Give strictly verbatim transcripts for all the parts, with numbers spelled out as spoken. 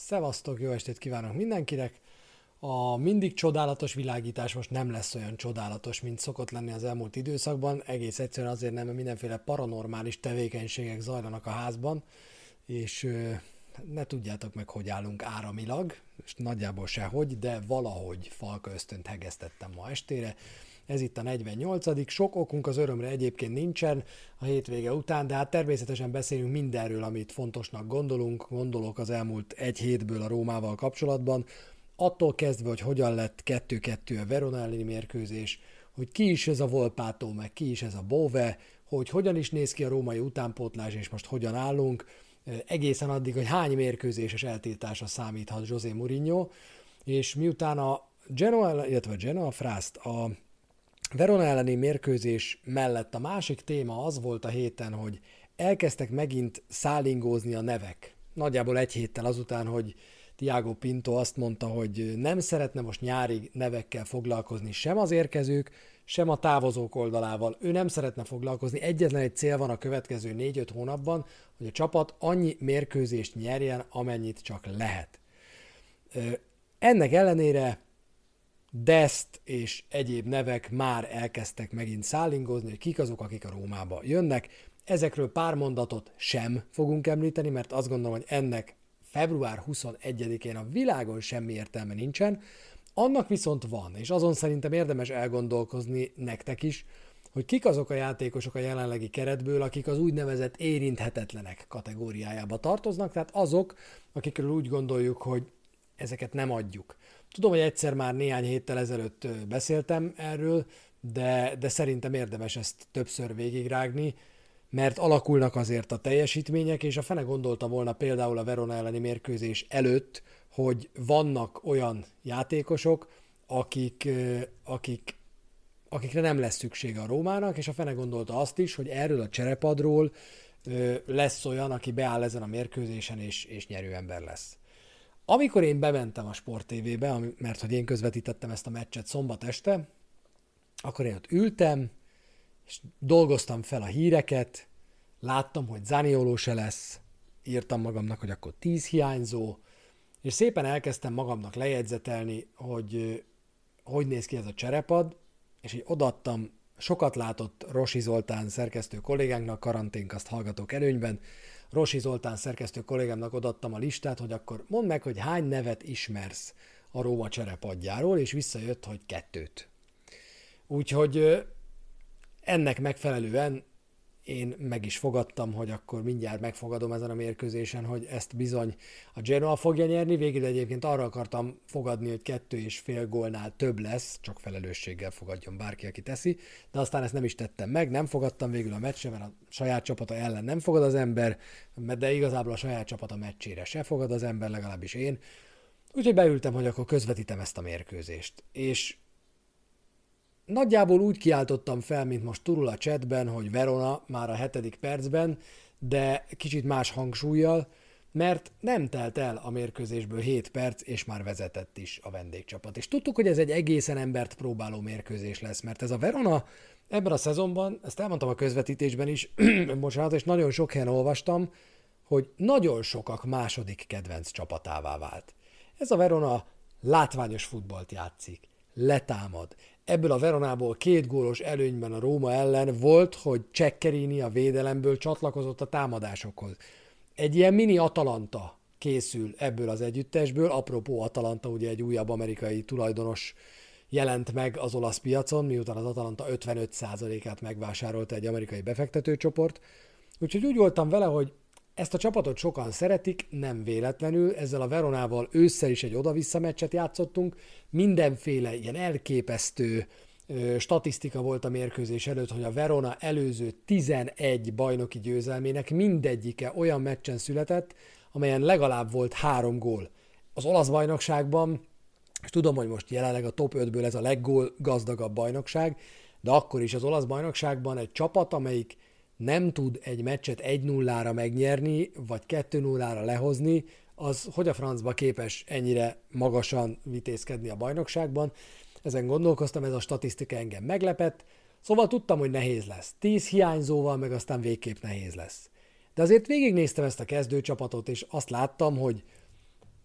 Szevasztok, jó estét kívánok mindenkinek! A mindig csodálatos világítás most nem lesz olyan csodálatos, mint szokott lenni az elmúlt időszakban. Egész egyszerűen azért nem, mert mindenféle paranormális tevékenységek zajlanak a házban, és ö, ne tudjátok meg, hogy állunk áramilag, és nagyjából sehogy, de valahogy falka ösztönt hegesztettem ma estére. Ez itt a negyvennyolcadik Sok okunk az örömre egyébként nincsen a hétvége után, de hát természetesen beszélünk mindenről, amit fontosnak gondolunk. Gondolok az elmúlt egy hétből a Rómával kapcsolatban. Attól kezdve, hogy hogyan lett kettő kettő a Verona elleni mérkőzés, hogy ki is ez a Volpato, meg ki is ez a Bove, hogy hogyan is néz ki a római utánpótlás, és most hogyan állunk, egészen addig, hogy hány mérkőzéses eltiltása számíthat José Mourinho, és miután a Genoa, illetve a Genoa Frászt, a Verona elleni mérkőzés mellett a másik téma az volt a héten, hogy elkezdtek megint szállingózni a nevek. Nagyjából egy héttel azután, hogy Thiago Pinto azt mondta, hogy nem szeretne most nyárig nevekkel foglalkozni sem az érkezők, sem a távozók oldalával. Ő nem szeretne foglalkozni. Egyetlen egy cél van a következő négy-öt hónapban, hogy a csapat annyi mérkőzést nyerjen, amennyit csak lehet. Ennek ellenére Dest és egyéb nevek már elkezdtek megint szállingozni, hogy kik azok, akik a Rómába jönnek. Ezekről pár mondatot sem fogunk említeni, mert azt gondolom, hogy ennek február huszonegyedikén a világon semmi értelme nincsen. Annak viszont van, és azon szerintem érdemes elgondolkozni nektek is, hogy kik azok a játékosok a jelenlegi keretből, akik az úgynevezett érinthetetlenek kategóriájába tartoznak, tehát azok, akikről úgy gondoljuk, hogy ezeket nem adjuk. Tudom, hogy egyszer már néhány héttel ezelőtt beszéltem erről, de, de szerintem érdemes ezt többször végigrágni, mert alakulnak azért a teljesítmények, és a fene gondolta volna például a Verona elleni mérkőzés előtt, hogy vannak olyan játékosok, akik, akik, akikre nem lesz szüksége a Rómának, és a fene gondolta azt is, hogy erről a cserepadról lesz olyan, aki beáll ezen a mérkőzésen, és, és nyerőember lesz. Amikor én bementem a Sport té vébe, mert hogy én közvetítettem ezt a meccset szombat este, akkor én ott ültem, és dolgoztam fel a híreket, láttam, hogy Zanioló se lesz, írtam magamnak, hogy akkor tíz hiányzó, és szépen elkezdtem magamnak lejegyzetelni, hogy hogy néz ki ez a cserepad, és így odaadtam sokat látott Rossi Zoltán szerkesztő kollégánknak, karanténkaszt hallgatók előnyben, Rossi Zoltán szerkesztő kollégámnak odaadtam a listát, hogy akkor mondd meg, hogy hány nevet ismersz a Róma cserepadjáról, és visszajött, hogy kettőt. Úgyhogy ennek megfelelően én meg is fogadtam, hogy akkor mindjárt megfogadom ezen a mérkőzésen, hogy ezt bizony a Genoa fogja nyerni. Végül egyébként arra akartam fogadni, hogy kettő és fél gólnál több lesz, csak felelősséggel fogadjon bárki, aki teszi, de aztán ezt nem is tettem meg, nem fogadtam végül a meccsre, mert a saját csapata ellen nem fogad az ember, de igazából a saját csapata meccsére se fogad az ember, legalábbis én. Úgyhogy beültem, hogy akkor közvetítem ezt a mérkőzést. És nagyjából úgy kiáltottam fel, mint most Turul a chatben, hogy Verona már a hetedik percben, de kicsit más hangsúlyjal, mert nem telt el a mérkőzésből hét perc, és már vezetett is a vendégcsapat. És tudtuk, hogy ez egy egészen embert próbáló mérkőzés lesz, mert ez a Verona ebben a szezonban, ezt elmondtam a közvetítésben is, bocsánat, és nagyon sok helyen olvastam, hogy nagyon sokak második kedvenc csapatává vált. Ez a Verona látványos futballt játszik, letámad. Ebből a Veronából két gólos előnyben a Róma ellen volt, hogy Ceccherini a védelemből csatlakozott a támadásokhoz. Egy ilyen mini Atalanta készül ebből az együttesből, apropó Atalanta, ugye egy újabb amerikai tulajdonos jelent meg az olasz piacon, miután az Atalanta ötvenöt százalékát megvásárolta egy amerikai befektetőcsoport. Úgyhogy úgy voltam vele, hogy ezt a csapatot sokan szeretik, nem véletlenül, ezzel a Veronával ősszel is egy oda-vissza meccset játszottunk, mindenféle ilyen elképesztő ö, statisztika volt a mérkőzés előtt, hogy a Verona előző tizenegy bajnoki győzelmének mindegyike olyan meccsen született, amelyen legalább volt három gól. Az olasz bajnokságban, és tudom, hogy most jelenleg a top ötből ez a leggól gazdagabb bajnokság, de akkor is az olasz bajnokságban egy csapat, amelyik nem tud egy meccset egy nullára megnyerni, vagy kettő nullára lehozni, az hogy a francba képes ennyire magasan vitézkedni a bajnokságban. Ezen gondolkoztam, ez a statisztika engem meglepett, szóval tudtam, hogy nehéz lesz. Tíz hiányzóval, meg aztán végképp nehéz lesz. De azért végignéztem ezt a kezdőcsapatot, és azt láttam, hogy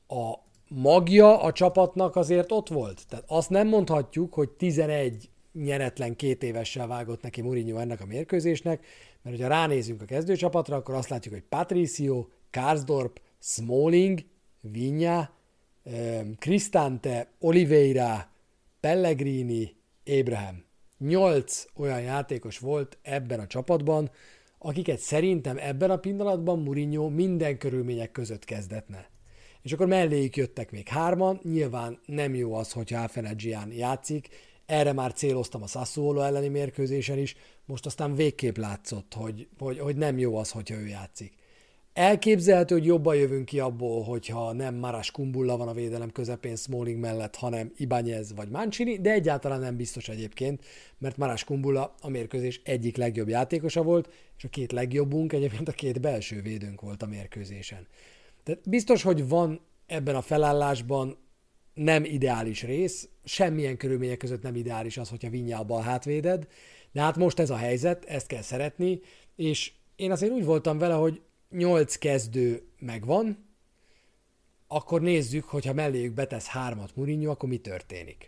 a magja a csapatnak azért ott volt. Tehát azt nem mondhatjuk, hogy tizenegy nyeretlen két évessel vágott neki Mourinho ennek a mérkőzésnek, mert hogyha ránézünk a kezdőcsapatra, akkor azt látjuk, hogy Patricio, Karsdorp, Smalling, Vigna, Cristante, Oliveira, Pellegrini, Abraham. Nyolc olyan játékos volt ebben a csapatban, akiket szerintem ebben a pillanatban Mourinho minden körülmények között kezdetne. És akkor melléjük jöttek még hárman, nyilván nem jó az, hogyha Afenagian játszik, erre már céloztam a Sassuolo elleni mérkőzésen is, most aztán végképp látszott, hogy, hogy, hogy nem jó az, hogyha ő játszik. Elképzelhető, hogy jobban jövünk ki abból, hogyha nem Maras Kumbulla van a védelem közepén Smalling mellett, hanem Ibanez vagy Mancini, de egyáltalán nem biztos egyébként, mert Maras Kumbulla a mérkőzés egyik legjobb játékosa volt, és a két legjobbunk egyébként a két belső védőnk volt a mérkőzésen. Tehát biztos, hogy van ebben a felállásban nem ideális rész, semmilyen körülmények között nem ideális az, hogyha Vigna a bal hátvéded, de hát most ez a helyzet, ezt kell szeretni, és én azért úgy voltam vele, hogy nyolc kezdő megvan, akkor nézzük, hogyha melléjük betesz hármat Mourinho, akkor mi történik.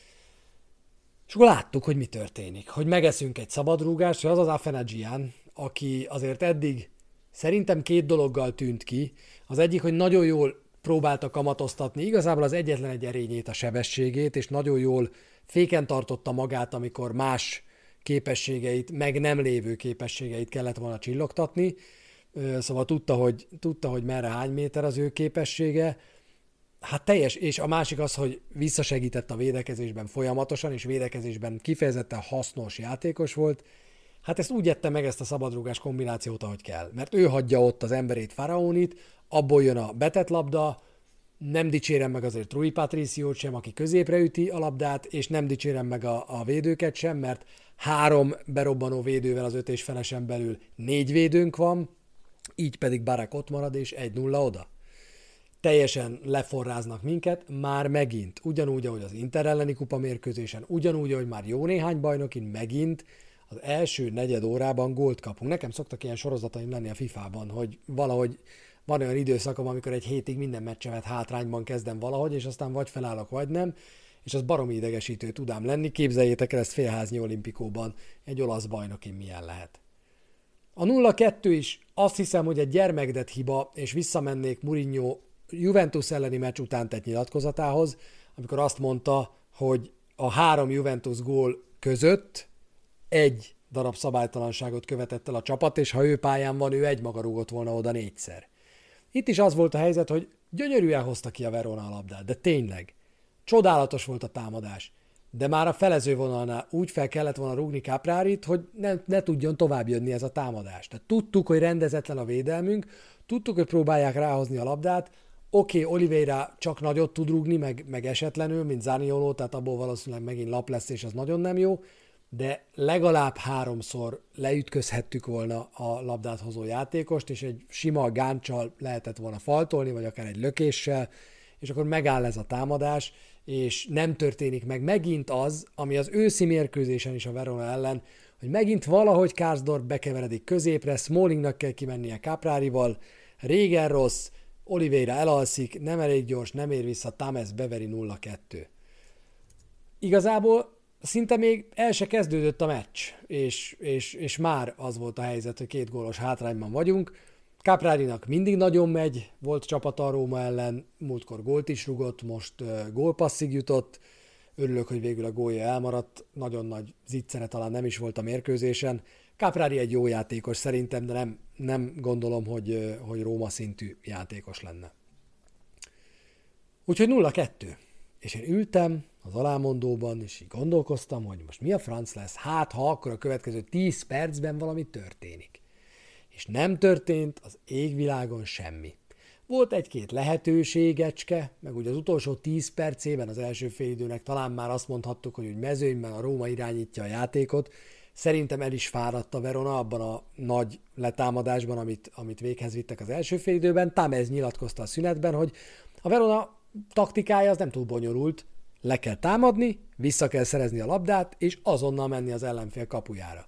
És akkor láttuk, hogy mi történik. Hogy megeszünk egy szabadrúgást, hogy az az Afenagian, aki azért eddig szerintem két dologgal tűnt ki. Az egyik, hogy nagyon jól próbálta kamatoztatni igazából az egyetlen egy erényét, a sebességét, és nagyon jól féken tartotta magát, amikor más képességeit, meg nem lévő képességeit kellett volna csillogtatni. Szóval tudta, hogy, tudta, hogy merre hány méter az ő képessége. Hát teljes, és a másik az, hogy visszasegített a védekezésben folyamatosan, és védekezésben kifejezetten hasznos játékos volt. Hát ezt úgy ette meg ezt a szabadrúgás kombinációt, ahogy kell. Mert ő hagyja ott az emberét, Faraónit, abból jön a betett labda, nem dicsérem meg azért Rui Patriciót sem, aki középre üti a labdát, és nem dicsérem meg a, a védőket sem, mert három berobbanó védővel az öt és felesen belül négy védőnk van, így pedig Barak ott marad, és egy nulla oda. Teljesen leforráznak minket, már megint, ugyanúgy, ahogy az Inter elleni kupa mérkőzésen, ugyanúgy, ahogy már jó néhány bajnokin, megint az első negyed órában gólt kapunk. Nekem szoktak ilyen sorozataim lenni a fifában, hogy valahogy van olyan időszakom, amikor egy hétig minden meccsemet hátrányban kezdem valahogy, és aztán vagy felállok, vagy nem, és az baromi idegesítő tudám lenni. Képzeljétek el ezt félháznyi olimpikóban, egy olasz bajnokin milyen lehet. A nulla kettő is azt hiszem, hogy egy gyermekdet hiba, és visszamennék Mourinho Juventus elleni meccs után tett nyilatkozatához, amikor azt mondta, hogy a három Juventus gól között egy darab szabálytalanságot követett el a csapat, és ha ő pályán van, ő egymaga rúgott volna oda négyszer. Itt is az volt a helyzet, hogy gyönyörűen hozta ki a Verona a labdát, de tényleg, csodálatos volt a támadás. De már a felezővonalnál úgy fel kellett volna rúgni Caprarit, hogy ne, ne tudjon tovább jönni ez a támadás. Tehát tudtuk, hogy rendezetlen a védelmünk, tudtuk, hogy próbálják ráhozni a labdát, oké, okay, Oliveira csak nagyot tud rúgni, meg, meg esetlenül, mint Zaniolo, tehát abból valószínűleg megint lap lesz, és az nagyon nem jó, de legalább háromszor leütközhettük volna a labdát hozó játékost, és egy sima gáncsal lehetett volna faltolni, vagy akár egy lökéssel, és akkor megáll ez a támadás, és nem történik meg megint az, ami az őszi mérkőzésen is a Verona ellen, hogy megint valahogy Karsdorp bekeveredik középre, Smallingnak kell kimennie Caprarival, régen rossz, Oliveira elalszik, nem elég gyors, nem ér vissza, Tamez beveri nulla kettő. Igazából szinte még el se kezdődött a meccs, és, és, és már az volt a helyzet, hogy két gólos hátrányban vagyunk. Caprarinak mindig nagyon megy, volt csapata a Róma ellen, múltkor gólt is rugott, most uh, gólpasszig jutott, örülök, hogy végül a gólja elmaradt, nagyon nagy zicsere talán nem is volt a mérkőzésen. Caprari egy jó játékos szerintem, de nem, nem gondolom, hogy, hogy Róma szintű játékos lenne. Úgyhogy nulla kettő. És én ültem az alámondóban, és így gondolkoztam, hogy most mi a franc lesz, hát ha akkor a következő tíz percben valami történik. És nem történt az égvilágon semmi. Volt egy-két lehetőségecske, meg ugye az utolsó tíz percében az első félidőnek talán már azt mondhattuk, hogy úgy mezőnyben a Róma irányítja a játékot. Szerintem el is fáradt a Verona abban a nagy letámadásban, amit, amit véghez vittek az első félidőben. Tamez nyilatkozta a szünetben, hogy a Verona taktikája az nem túl bonyolult, le kell támadni, vissza kell szerezni a labdát, és azonnal menni az ellenfél kapujára.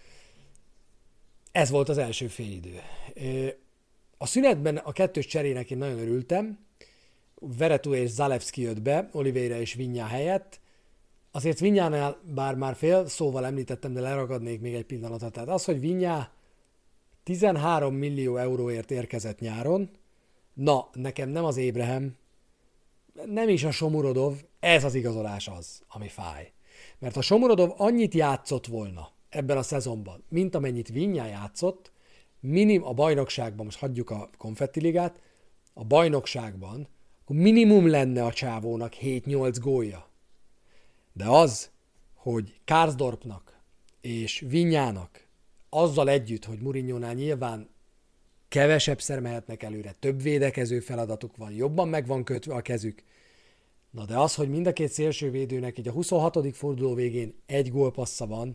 Ez volt az első félidő. A szünetben a kettős cserének én nagyon örültem. Veretout és Zalewski jött be, Oliveira és Viñá helyett. Azért Viñánál, bár már fél szóval említettem, de leragadnék még egy pillanatot. Tehát az, hogy Viñá tizenhárom millió euróért érkezett nyáron, na, nekem nem az Abraham, nem is a Shomurodov, ez az igazolás az, ami fáj. Mert ha Shomurodov annyit játszott volna ebben a szezonban, mint amennyit Viñá játszott, minim a bajnokságban, most hagyjuk a konfetti ligát, a bajnokságban, akkor minimum lenne a csávónak hét-nyolc gólja. De az, hogy Karsdorpnak és Viñának azzal együtt, hogy Mourinhónál nyilván kevesebbszer mehetnek előre, több védekező feladatuk van, jobban meg van kötve a kezük. Na de az, hogy mind a két szélsővédőnek így a huszonhatodik forduló végén egy gólpassza van,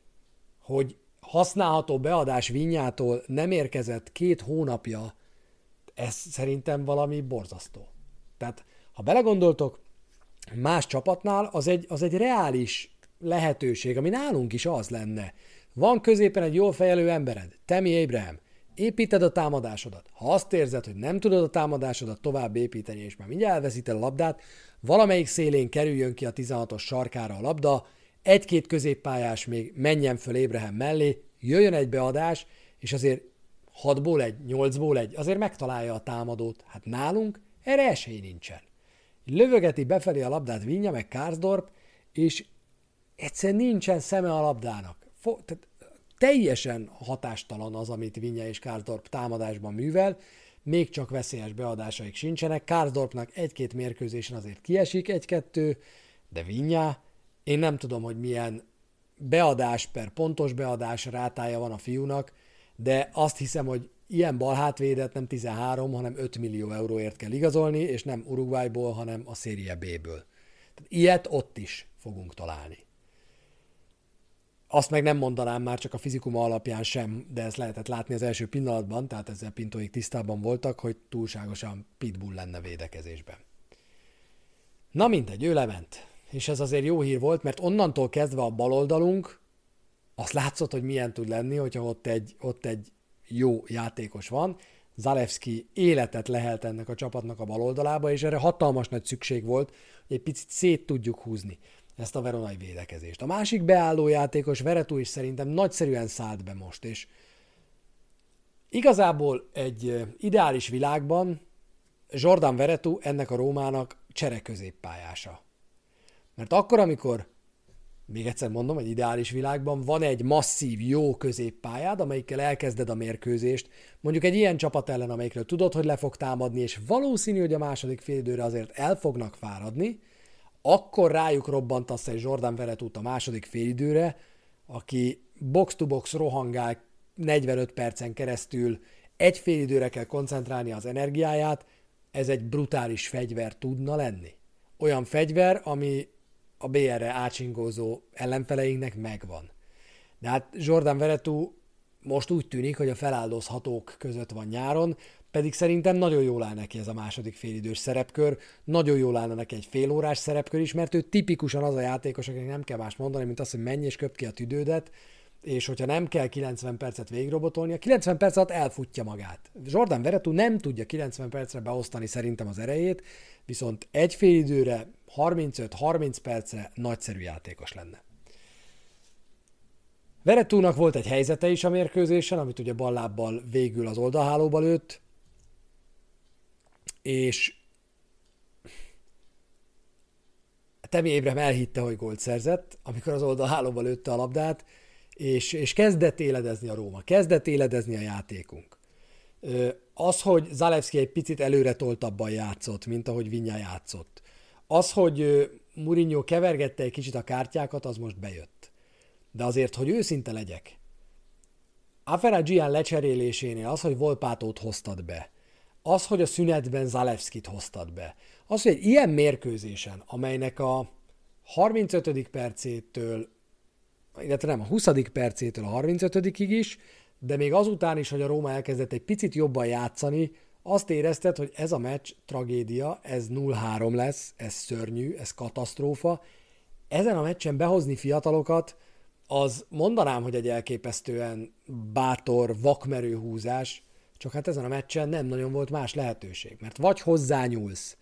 hogy használható beadás Viñától nem érkezett két hónapja, ez szerintem valami borzasztó. Tehát, ha belegondoltok, más csapatnál az egy, az egy reális lehetőség, ami nálunk is az lenne. Van középen egy jól fejelő embered, Tammy Abraham, építed a támadásodat. Ha azt érzed, hogy nem tudod a támadásodat tovább építeni, és már mindjárt elveszíted a labdát, valamelyik szélén kerüljön ki a tizenhatos sarkára a labda, egy-két középpályás még menjen föl Abraham mellé, jöjjön egy beadás, és azért hatból egy, nyolcból egy, azért megtalálja a támadót. Hát nálunk erre esély nincsen. Lövögeti befelé a labdát Viñá meg Karsdorp, és egyszerűen nincsen szeme a labdának. Fo- tehát teljesen hatástalan az, amit Viñá és Karsdorp támadásban művel, még csak veszélyes beadásaik sincsenek. Karsdorpnak egy-két mérkőzésen azért kiesik egy-kettő, de Viñá, én nem tudom, hogy milyen beadás per pontos beadás rátája van a fiúnak, de azt hiszem, hogy ilyen balhátvédet nem tizenhárom, hanem öt millió euróért kell igazolni, és nem Uruguayból, hanem a Serie B-ből. Tehát ilyet ott is fogunk találni. Azt meg nem mondanám már csak a fizikuma alapján sem, de ezt lehetett látni az első pillanatban, tehát ezzel Pintóik tisztában voltak, hogy túlságosan pitbull lenne védekezésben. Na mindegy, ő lement. És ez azért jó hír volt, mert onnantól kezdve a baloldalunk azt látszott, hogy milyen tud lenni, hogyha ott egy, ott egy jó játékos van. Zalewski életet lehelt ennek a csapatnak a baloldalába, és erre hatalmas nagy szükség volt, hogy egy picit szét tudjuk húzni ezt a veronai védekezést. A másik beálló játékos, Veretout is szerintem nagyszerűen szállt be most, és igazából egy ideális világban Jordan Veretout ennek a Rómának csereközéppályása. Mert akkor, amikor, még egyszer mondom, egy ideális világban van egy masszív, jó középpályád, amelyikkel elkezded a mérkőzést, mondjuk egy ilyen csapat ellen, amelyikről tudod, hogy le fog támadni, és valószínű, hogy a második félidőre azért el fognak fáradni, akkor rájuk robbantasz egy Jordan Veretout a második félidőre, aki box-to-box rohangál negyvenöt percen keresztül, egy félidőre kell koncentrálni az energiáját, ez egy brutális fegyver tudna lenni. Olyan fegyver, ami a bé er-re átsingózó ellenfeleinknek megvan. De hát Jordan Veretout most úgy tűnik, hogy a feláldozhatók között van nyáron, pedig szerintem nagyon jól áll neki ez a második félidős szerepkör, nagyon jól állna neki egy félórás szerepkör is, mert ő tipikusan az a játékos, akinek nem kell más mondani, mint az, hogy menj és köpd ki a tüdődet, és hogyha nem kell kilencven percet végigrobotolni, a kilencven perc alatt elfutja magát. Jordan Veretout nem tudja kilencven percre beosztani szerintem az erejét, viszont egy félidőre, harmincöt-harminc percre nagyszerű játékos lenne. Veretoutnak volt egy helyzete is a mérkőzésen, amit ugye ballábbal végül az oldalhálóba lőtt, és Tammy Abraham elhitte, hogy gólt szerzett, amikor az oldalhálóba lőtte a labdát, és, és kezdett éledezni a Róma, kezdett éledezni a játékunk. Az, hogy Zalewski egy picit előre toltabban játszott, mint ahogy Viñá játszott. Az, hogy Mourinho kevergette egy kicsit a kártyákat, az most bejött. De azért, hogy őszinte legyek, Aferagyian lecserélésénél az, hogy Volpátót hoztad be, az, hogy a szünetben Zalewskit hoztad be, az, hogy egy ilyen mérkőzésen, amelynek a harmincötödik percétől, illetve nem, a huszadik percétől a harmincötödikig is, de még azután is, hogy a Róma elkezdett egy picit jobban játszani, azt érezted, hogy ez a meccs tragédia, ez nulla három lesz, ez szörnyű, ez katasztrófa. Ezen a meccsen behozni fiatalokat, az mondanám, hogy egy elképesztően bátor, vakmerő húzás, csak hát ezen a meccsen nem nagyon volt más lehetőség, mert vagy hozzányúlsz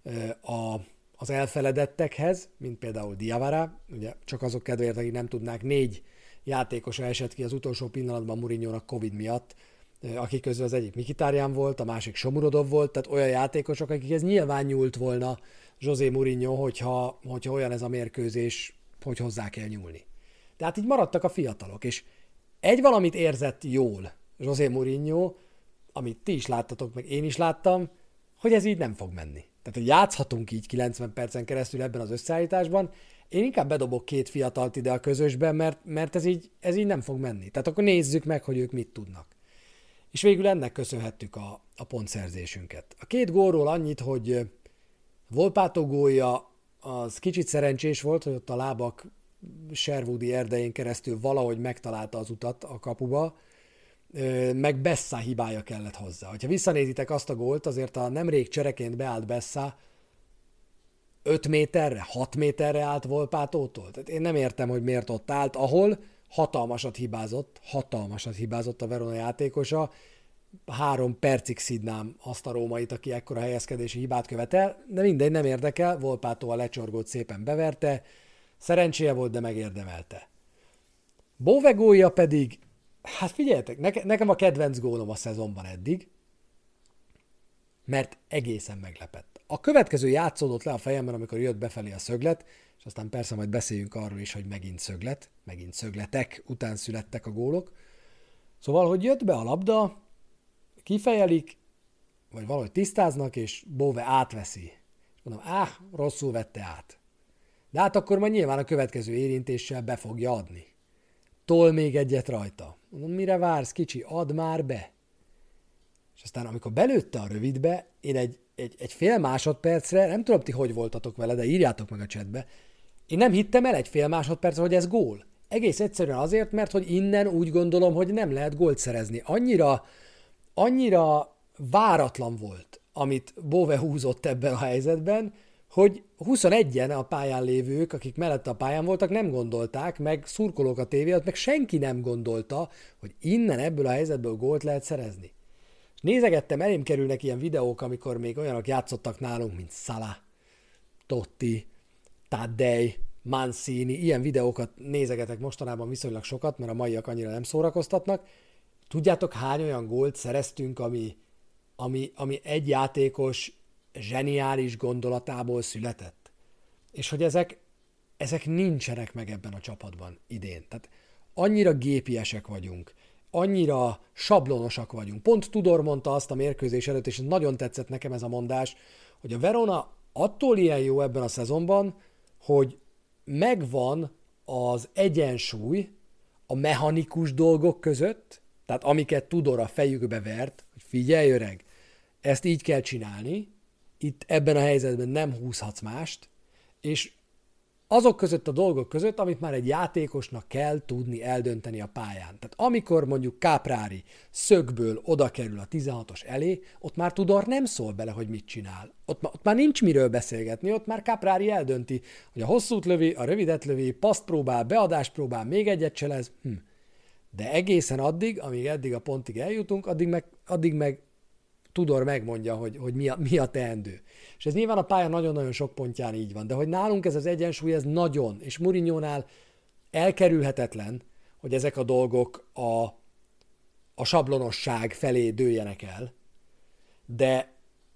a, az elfeledettekhez, mint például Diawara, ugye csak azok kedvéért, akik nem tudnák, négy játékosa esett ki az utolsó pillanatban Mourinho-nak Covid miatt, akik közül az egyik Mkhitaryan volt, a másik Shomurodov volt, tehát olyan játékosok, akikhez nyilván nyúlt volna José Mourinho, hogyha, hogyha olyan ez a mérkőzés, hogy hozzá kell nyúlni. Tehát így maradtak a fiatalok, és egy valamit érzett jól José Mourinho, amit ti is láttatok, meg én is láttam, hogy ez így nem fog menni. Tehát, hogy játszhatunk így kilencven percen keresztül ebben az összeállításban, én inkább bedobok két fiatalt ide a közösbe, mert, mert ez, így, ez így nem fog menni. Tehát akkor nézzük meg, hogy ők mit tudnak. És végül ennek köszönhettük a, a pontszerzésünket. A két gólról annyit, hogy Volpato gólja az kicsit szerencsés volt, hogy ott a lábak Sherwoodi erdején keresztül valahogy megtalálta az utat a kapuba, meg Bessa hibája kellett hozzá. Ha visszanézitek azt a gólt, azért a nemrég csereként beállt Bessa öt méterre, hat méterre állt Volpatótól. Tehát én nem értem, hogy miért ott állt, ahol hatalmasat hibázott, hatalmasat hibázott a Verona játékosa, három percig szidnám azt a rómait, aki ekkora helyezkedési hibát követel, de mindegy, nem érdekel, Volpato a lecsorgót szépen beverte, szerencséje volt, de megérdemelte. Bove gólja pedig, hát figyeljetek, neke, nekem a kedvenc gólom a szezonban eddig, mert egészen meglepett. A következő játszódott le a fejemben, amikor jött befelé a szöglet, és aztán persze majd beszéljünk arról is, hogy megint szöglet, megint szögletek, után születtek a gólok. Szóval, hogy jött be a labda, kifejelik, vagy valahogy tisztáznak, és Bove átveszi. És mondom, áh, rosszul vette át. De hát akkor majd nyilván a következő érintéssel be fogja adni. Tol még egyet rajta. Mondom, mire vársz, kicsi, add már be. És aztán amikor belőtte a rövidbe, én egy, egy, egy fél másodpercre, nem tudom ti, hogy voltatok vele, de írjátok meg a chatbe, én nem hittem el egy fél másodpercre, hogy ez gól. Egész egyszerűen azért, mert hogy innen úgy gondolom, hogy nem lehet gólt szerezni. Annyira, annyira váratlan volt, amit Bove húzott ebben a helyzetben, hogy huszonegyen a pályán lévők, akik mellette a pályán voltak, nem gondolták, meg szurkolók a tévé alatt, meg senki nem gondolta, hogy innen ebből a helyzetből gólt lehet szerezni. És nézegettem, elém kerülnek ilyen videók, amikor még olyanok játszottak nálunk, mint Salah, Totti, Taddei, Mancini, ilyen videókat nézegetek mostanában viszonylag sokat, mert a maiak annyira nem szórakoztatnak. Tudjátok, hány olyan gólt szereztünk, ami, ami, ami egy játékos zseniális gondolatából született? És hogy ezek, ezek nincsenek meg ebben a csapatban idén. Tehát annyira gépiesek vagyunk, annyira sablonosak vagyunk. Pont Tudor mondta azt a mérkőzés előtt, és nagyon tetszett nekem ez a mondás, hogy a Verona attól ilyen jó ebben a szezonban, hogy megvan az egyensúly a mechanikus dolgok között, tehát amiket Tudor a fejükbe vert, hogy figyelj öreg, ezt így kell csinálni, itt ebben a helyzetben nem húzhatsz mást, és azok között a dolgok között, amit már egy játékosnak kell tudni eldönteni a pályán. Tehát amikor mondjuk Caprari szögből oda kerül a tizenhatos elé, ott már Tudor nem szól bele, hogy mit csinál. Ott, ott már nincs miről beszélgetni, ott már Caprari eldönti, hogy a hosszút lövi, a rövidet lövi, paszt próbál, beadást próbál, még egyet cselez. Hm. De egészen addig, amíg eddig a pontig eljutunk, addig meg, addig meg Tudor megmondja, hogy, hogy mi, a, mi a teendő. És ez nyilván a pálya nagyon-nagyon sok pontján így van, de hogy nálunk ez az egyensúly, ez nagyon, és Mourinhónál elkerülhetetlen, hogy ezek a dolgok a, a sablonosság felé dőljenek el, de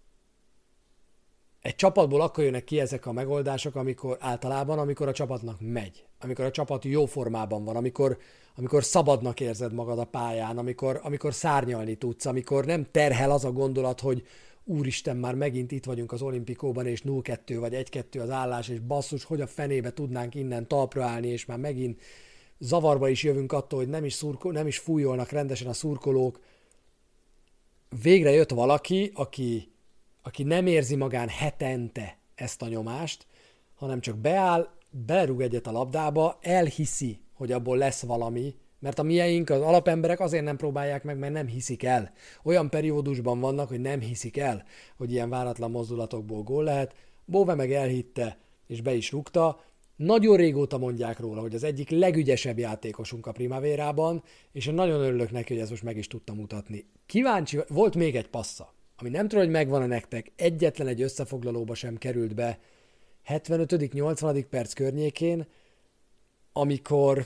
egy csapatból akkor jönnek ki ezek a megoldások, amikor általában, amikor a csapatnak megy, amikor a csapat jó formában van, amikor, amikor szabadnak érzed magad a pályán, amikor, amikor szárnyalni tudsz, amikor nem terhel az a gondolat, hogy úristen, már megint itt vagyunk az olimpikóban, és nulla kettő vagy egy kettő az állás, és basszus, hogy a fenébe tudnánk innen talpra állni, és már megint zavarba is jövünk attól, hogy nem is, szurko, nem is fújolnak rendesen a szurkolók. Végre jött valaki, aki, aki nem érzi magán hetente ezt a nyomást, hanem csak beáll, belerúg egyet a labdába, elhiszi, hogy abból lesz valami, mert a mieink, az alapemberek azért nem próbálják meg, mert nem hiszik el. Olyan periódusban vannak, hogy nem hiszik el, hogy ilyen váratlan mozdulatokból gól lehet. Bove meg elhitte, és be is rúgta. Nagyon régóta mondják róla, hogy az egyik legügyesebb játékosunk a Primavérában, és én nagyon örülök neki, hogy ezt most meg is tudtam mutatni. Kíváncsi, volt még egy passza. ami nem tudom, hogy megvan-e nektek, egyetlen egy összefoglalóba sem került be hetvenötödik nyolcvanadik perc környékén, amikor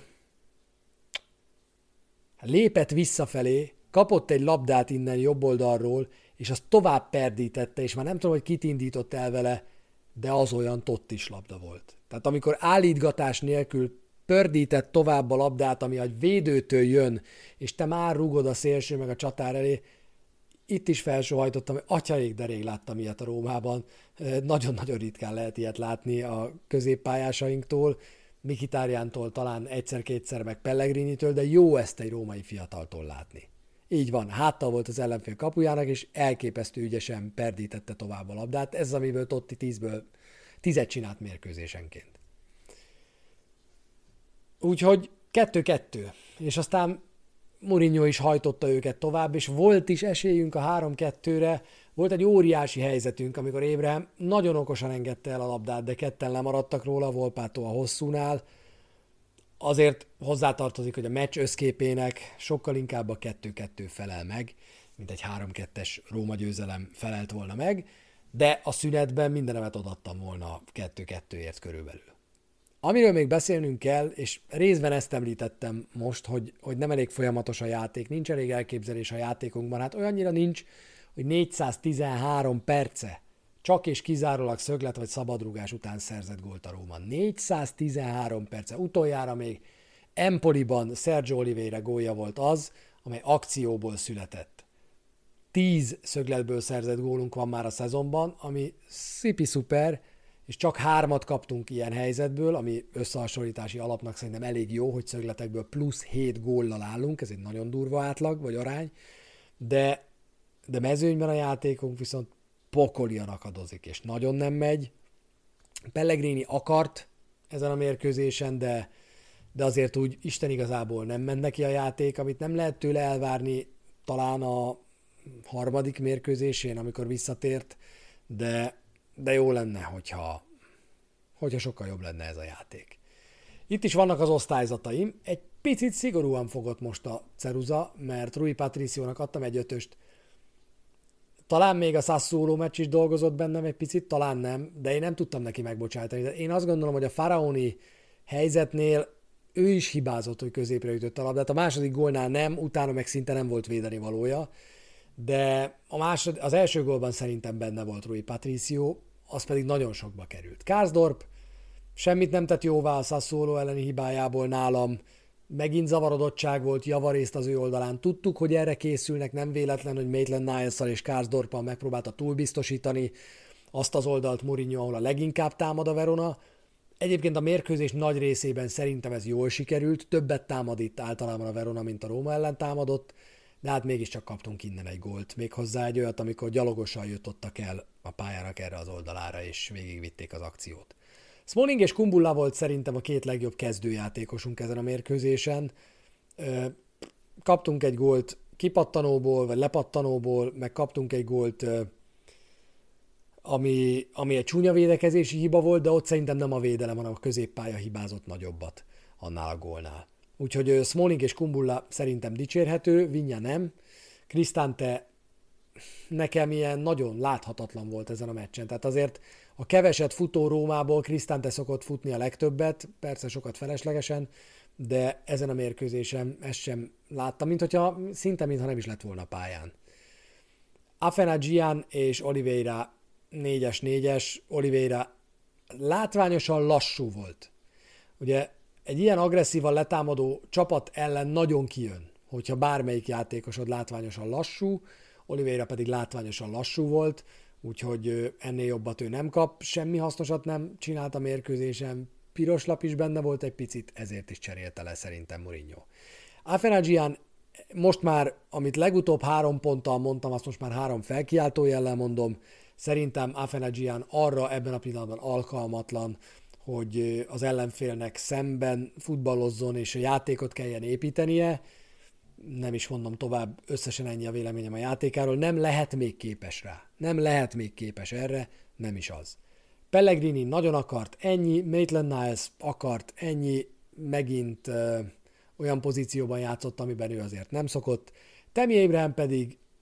lépett visszafelé, kapott egy labdát innen jobb oldalról, és azt tovább perdítette, és már nem tudom, hogy kit indított el vele, de az olyan tottis labda volt. Tehát amikor állítgatás nélkül pördített tovább a labdát, ami a védőtől jön, és te már rúgod a szélső meg a csatár elé, itt is felsóhajtottam, hogy atyaik, de rég láttam ilyet a Rómában. Nagyon-nagyon ritkán lehet ilyet látni a középpályásainktól, Mkhitarjántól talán egyszer-kétszer, meg Pellegrinitől, de jó ezt egy római fiataltól látni. Így van, háttal volt az ellenfél kapujának, és elképesztő ügyesen perdítette tovább a labdát. Ez, amiből Totti tízből tízet csinált mérkőzésenként. Úgyhogy kettő-kettő. És aztán Mourinho is hajtotta őket tovább, és volt is esélyünk a három-kettőre. Volt egy óriási helyzetünk, amikor Abraham nagyon okosan engedte el a labdát, de ketten lemaradtak róla, Volpato a hosszúnál. Azért hozzátartozik, hogy a meccs összképének sokkal inkább a kettő-kettő felel meg, mint egy három-kettes Róma győzelem felelt volna meg, de a szünetben mindenemet odaadtam volna kettő-kettőért körülbelül. Amiről még beszélnünk kell, és részben ezt említettem most, hogy, hogy nem elég folyamatos a játék, nincs elég elképzelés a játékunkban, hát olyannyira nincs, hogy négyszáztizenhárom perce csak és kizárólag szöglet vagy szabadrúgás után szerzett gólt a Róma. négyszáztizenhárom perce. Utoljára még Empoliban Sergio Oliveira gólja volt az, amely akcióból született. Tíz szögletből szerzett gólunk van már a szezonban, ami szipi szuper, és csak hármat kaptunk ilyen helyzetből, ami összehasonlítási alapnak szerintem elég jó, hogy szögletekből plusz hét góllal állunk, ez egy nagyon durva átlag, vagy arány, de, de mezőnyben a játékunk viszont pokolian akadozik, és nagyon nem megy. Pellegrini akart ezen a mérkőzésen, de, de azért úgy Isten igazából nem ment neki a játék, amit nem lehet tőle elvárni talán a harmadik mérkőzésén, amikor visszatért, de de jó lenne, hogyha, hogyha sokkal jobb lenne ez a játék. Itt is vannak az osztályzataim. Egy picit szigorúan fogott most a ceruza, mert Rui Patriciónak adtam egy ötöst. Talán még a Sassuolo meccs is dolgozott bennem egy picit, talán nem, de én nem tudtam neki megbocsátani. De én azt gondolom, hogy a Faraoni helyzetnél ő is hibázott, hogy középre ütött a labdát. A második gólnál nem, utána meg szinte nem volt védeni valója. De a másod, az első gólban szerintem benne volt Rui Patricio, az pedig nagyon sokba került. Karsdorp semmit nem tett jóvá a Sassuolo elleni hibájából nálam, megint zavarodottság volt javarészt az ő oldalán. Tudtuk, hogy erre készülnek, nem véletlen, hogy Maitland-Niles-szal és Karsdorppal megpróbálta túlbiztosítani azt az oldalt Mourinho, ahol a leginkább támad a Verona. Egyébként a mérkőzés nagy részében szerintem ez jól sikerült, többet támad itt általában a Verona, mint a Róma ellen támadott, de hát mégiscsak kaptunk innen egy gólt. Méghozzá egy olyat, amikor gyalogosan jutottak el a pályának erre az oldalára, és végigvitték az akciót. Smalling és Kumbulla volt szerintem a két legjobb kezdőjátékosunk ezen a mérkőzésen. Kaptunk egy gólt kipattanóból, vagy lepattanóból, meg kaptunk egy gólt, ami, ami egy csúnya védekezési hiba volt, de ott szerintem nem a védelem, hanem a középpálya hibázott nagyobbat annál a gólnál. Úgyhogy Smalling és Kumbulla szerintem dicsérhető, Vigna nem. Cristante nekem ilyen nagyon láthatatlan volt ezen a meccsen. Tehát azért a keveset futó Rómából Cristante szokott futni a legtöbbet, persze sokat feleslegesen, de ezen a mérkőzésen ezt sem láttam, mint hogyha szinte mintha nem is lett volna pályán. Afena-Gyan és Oliveira négyes négyes, Oliveira látványosan lassú volt. Ugye egy ilyen agresszívan letámadó csapat ellen nagyon kijön, hogyha bármelyik játékosod látványosan lassú, Oliveira pedig látványosan lassú volt, úgyhogy ennél jobbat ő nem kap, semmi hasznosat nem csinált a mérkőzésen, piros lap is benne volt egy picit, ezért is cserélte le szerintem Mourinho. Afena-Gyan most már, amit legutóbb három ponttal mondtam, azt most már három felkiáltó jellel mondom, szerintem Afena-Gyan arra ebben a pillanatban alkalmatlan, hogy az ellenfélnek szemben futballozzon és a játékot kelljen építenie. Nem is mondom tovább, összesen ennyi a véleményem a játékáról. Nem lehet még képes rá. Nem lehet még képes erre, nem is az. Pellegrini nagyon akart, ennyi, Maitland-Niles akart, ennyi, megint ö, olyan pozícióban játszott, amiben ő azért nem szokott. Tammy Abraham pedig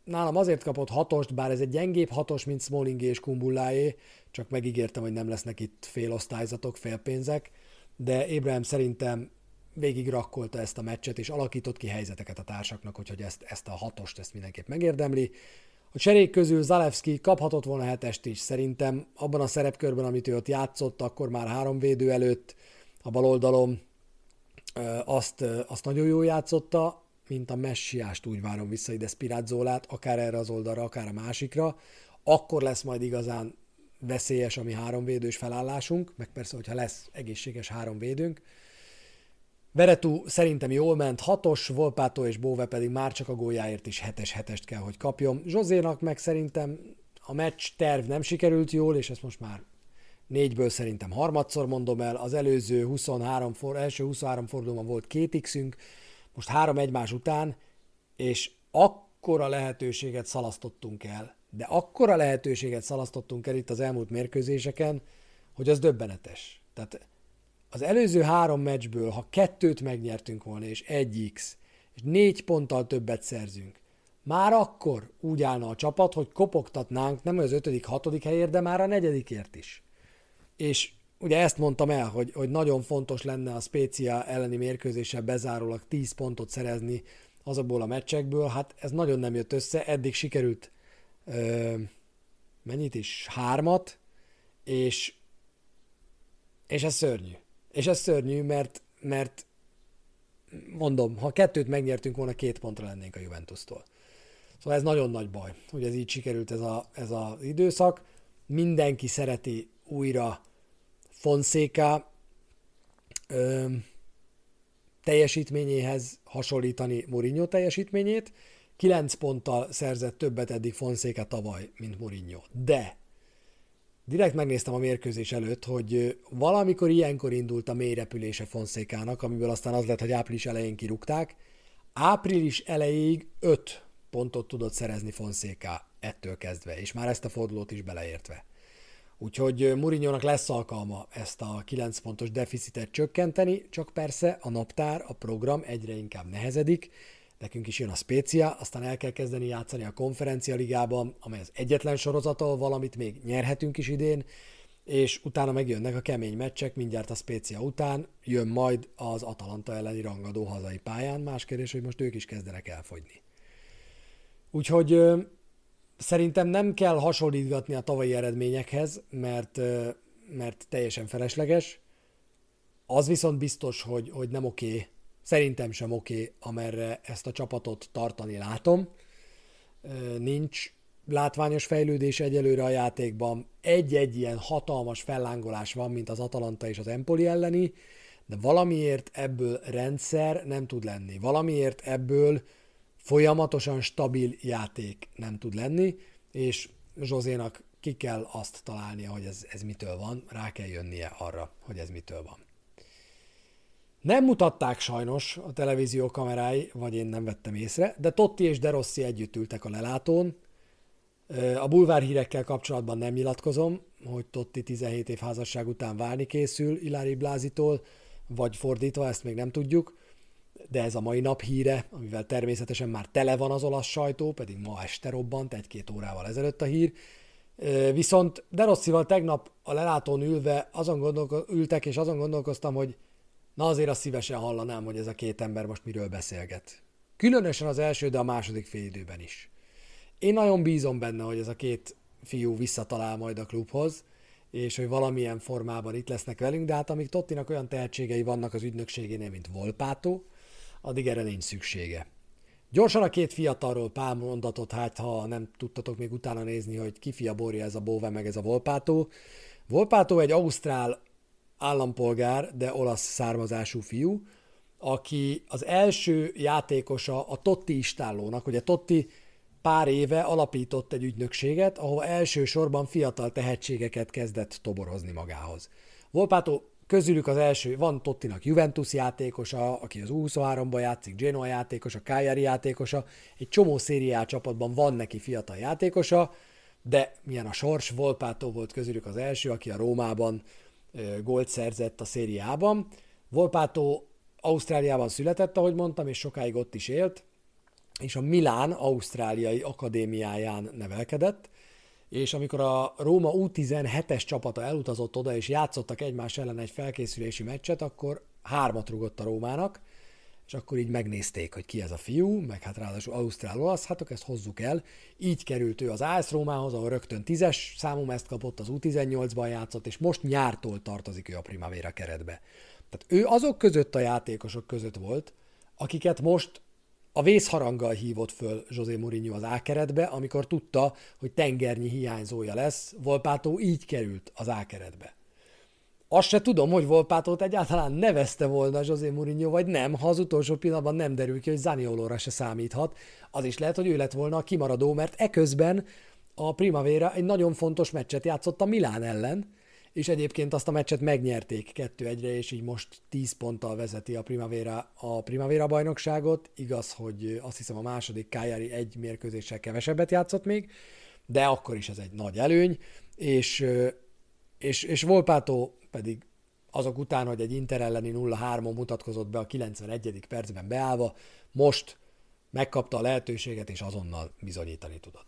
nálam azért kapott hatost, bár ez egy gyengébb hatos, mint Smallingé és Kumbulláé, csak megígértem, hogy nem lesznek itt félosztályzatok, félpénzek, de Abraham szerintem végig rakkolta ezt a meccset, és alakított ki helyzeteket a társaknak, úgyhogy ezt, ezt a hatost ezt mindenképp megérdemli. A cserék közül Zalewski kaphatott volna hetest is, szerintem abban a szerepkörben, amit ő ott játszott, akkor már három védő előtt a bal oldalon azt, azt nagyon jól játszotta, mint a messiást úgy várom vissza ide Spirazzolát, akár erre az oldalra, akár a másikra, akkor lesz majd igazán veszélyes a mi háromvédős felállásunk, meg persze, hogyha lesz egészséges három védőnk. Veretout szerintem jól ment, hatos, Volpato és Bove pedig már csak a góljáért is hetes hetest kell, hogy kapjon. Josénak meg szerintem a meccs terv nem sikerült jól, és ezt most már négyből szerintem harmadszor mondom el, az előző huszonhárom, for, első huszonhárom fordulóban volt két x-ünk, most három egymás után, és akkora lehetőséget szalasztottunk el, de akkora lehetőséget szalasztottunk el itt az elmúlt mérkőzéseken, hogy az döbbenetes. Tehát az előző három meccsből, ha kettőt megnyertünk volna, és egy x, és négy ponttal többet szerzünk, már akkor úgy állna a csapat, hogy kopogtatnánk nem az ötödik, hatodik helyért, de már a negyedikért is. És ugye ezt mondtam el, hogy, hogy nagyon fontos lenne a Spezia elleni mérkőzéssel bezárólag tíz pontot szerezni azokból a meccsekből, hát ez nagyon nem jött össze, eddig sikerült ö, mennyit is? Hármat, és, és ez szörnyű. És ez szörnyű, mert, mert mondom, ha kettőt megnyertünk volna, két pontra lennénk a Juventustól. Szóval ez nagyon nagy baj, hogy ez így sikerült ez, a, ez az időszak. Mindenki szereti újra Fonseca ö, teljesítményéhez hasonlítani Mourinho teljesítményét. Kilenc ponttal szerzett többet eddig Fonseca tavaly, mint Mourinho. De direkt megnéztem a mérkőzés előtt, hogy valamikor ilyenkor indult a mély repülése Fonsecának, amiből aztán az lett, hogy április elején kirúgták. Április elejéig öt pontot tudott szerezni Fonseca ettől kezdve, és már ezt a fordulót is beleértve. Úgyhogy Mourinhonak lesz alkalma ezt a kilenc pontos deficitet csökkenteni, csak persze a naptár, a program egyre inkább nehezedik, nekünk is jön a Spezia, aztán el kell kezdeni játszani a Konferencia Ligában, amely az egyetlen sorozat, ahol valamit még nyerhetünk is idén, és utána megjönnek a kemény meccsek, mindjárt a Spezia után jön majd az Atalanta elleni rangadó hazai pályán, más kérdés, hogy most ők is kezdenek elfogyni. Úgyhogy ö, szerintem nem kell hasonlítgatni a tavalyi eredményekhez, mert, ö, mert teljesen felesleges. Az viszont biztos, hogy, hogy nem oké, szerintem sem oké, amerre ezt a csapatot tartani látom. Ö, nincs látványos fejlődés egyelőre a játékban. Egy-egy ilyen hatalmas fellángolás van, mint az Atalanta és az Empoli elleni, de valamiért ebből rendszer nem tud lenni. Valamiért ebből folyamatosan stabil játék nem tud lenni, és Josénak ki kell azt találnia, hogy ez, ez mitől van, rá kell jönnie arra, hogy ez mitől van. Nem mutatták sajnos a televízió kamerái, vagy én nem vettem észre, de Totti és De Rossi együtt ültek a lelátón. A bulvárhírekkel kapcsolatban nem nyilatkozom, hogy Totti tizenhét év házasság után válni készül Ilari Blázitól, vagy fordítva, ezt még nem tudjuk, de ez a mai nap híre, amivel természetesen már tele van az olasz sajtó, pedig ma este robbant, egy-két órával ezelőtt a hír. Viszont De Rossival tegnap a lelátón ülve azon gondolko- ültek, és azon gondolkoztam, hogy na azért azt szívesen hallanám, hogy ez a két ember most miről beszélget. Különösen az első, de a második félidőben is. Én nagyon bízom benne, hogy ez a két fiú visszatalál majd a klubhoz, és hogy valamilyen formában itt lesznek velünk, de hát amíg Tottinak olyan tehetségei vannak az ügynökségénél, mint Volpato, addig erre nincs szüksége. Gyorsan a két fiatalról pár mondatot, hát ha nem tudtatok még utána nézni, hogy ki fia borja ez a Bove meg ez a Volpato. Volpato egy ausztrál állampolgár, de olasz származású fiú, aki az első játékosa a Totti istállónak. Ugye Totti pár éve alapított egy ügynökséget, ahol elsősorban fiatal tehetségeket kezdett toborozni magához. Volpato közülük az első, van Tottinak Juventus játékosa, aki az U huszonháromban játszik, Genoa játékosa, Cagliari játékosa, egy csomó szériá csapatban van neki fiatal játékosa, de milyen a sors, Volpato volt közülük az első, aki a Rómában e, gólt szerzett a szériában. Volpato Ausztráliában született, ahogy mondtam, és sokáig ott is élt. és a Milán ausztráliai akadémiáján nevelkedett, és amikor a Róma U tizenhetes csapata elutazott oda, és játszottak egymás ellen egy felkészülési meccset, akkor hármat rugott a Rómának, és akkor így megnézték, hogy ki ez a fiú, meg hát ráadásul ausztrál-olasz, hát akkor ezt hozzuk el. Így került ő az á es Rómához, ahol rögtön tízes számú mezt kapott, az U tizennyolcban játszott, és most nyártól tartozik ő a Primavera keretbe. Tehát ő azok között a játékosok között volt, akiket most a vészharanggal hívott föl José Mourinho az A keretbe, amikor tudta, hogy tengernyi hiányzója lesz, Volpato így került az A keretbe. Azt se tudom, hogy Volpatót egyáltalán nevezte volna José Mourinho, vagy nem, ha az utolsó pillanatban nem derül ki, hogy Zaniolóra se számíthat. Az is lehet, hogy ő lett volna a kimaradó, mert eközben a Primavera egy nagyon fontos meccset játszott a Milán ellen, és egyébként azt a meccset megnyerték kettő egyre, és így most tíz ponttal vezeti a Primavera a Primavera bajnokságot. Igaz, hogy azt hiszem a második Cagliari egy mérkőzéssel kevesebbet játszott még, de akkor is ez egy nagy előny, és, és, és Volpato pedig azok után, hogy egy Inter elleni nulla hármon mutatkozott be a kilencvenegyedik percben beállva, most megkapta a lehetőséget, és azonnal bizonyítani tudott.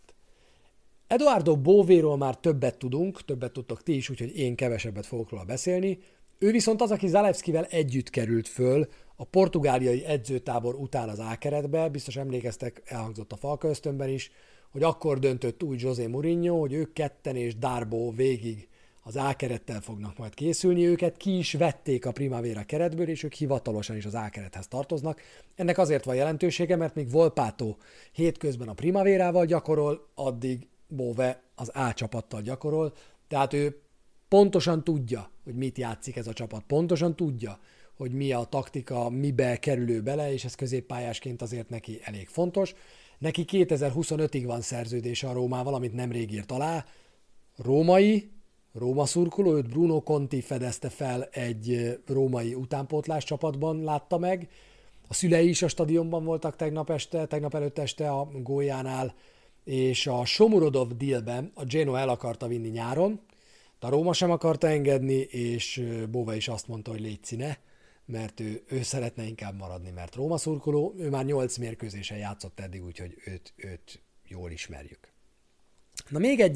Eduardo Bovéról már többet tudunk, többet tudtok ti is, úgyhogy én kevesebbet fogok róla beszélni. Ő viszont az, aki Zalewskivel együtt került föl a portugáliai edzőtábor után az A keretbe, biztos emlékeztek, elhangzott a Falka ösztönben is, hogy akkor döntött úgy José Mourinho, hogy ők ketten és Darbo végig az A kerettel fognak majd készülni, őket ki is vették a Primavera keretből, és ők hivatalosan is az A kerethez tartoznak. Ennek azért van jelentősége, mert még Volpato hétközben a Primaverával gyakorol, addig Bove az A csapattal gyakorol, tehát ő pontosan tudja, hogy mit játszik ez a csapat, pontosan tudja, hogy mi a taktika, mibe kerülő bele, és ez középpályásként azért neki elég fontos. Neki kétezer-huszonötig van szerződése a Rómával, amit nemrég írt alá. Római, Róma szurkoló, őt Bruno Conti fedezte fel egy római utánpótlás csapatban, látta meg. A szülei is a stadionban voltak tegnap este, tegnap előtt este a góljánál, és a Shomurodov dealben a Genoa el akarta vinni nyáron, de a Róma sem akarta engedni, és Bove is azt mondta, hogy légy színe, mert ő, ő szeretne inkább maradni, mert Róma szurkoló, ő már nyolc mérkőzésen játszott eddig, úgyhogy őt, őt jól ismerjük. Na még egy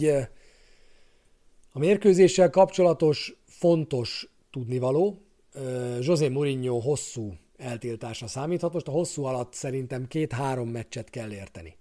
a mérkőzéssel kapcsolatos fontos tudnivaló, José Mourinho hosszú eltiltásra számíthat, most a hosszú alatt szerintem két-három meccset kell érteni.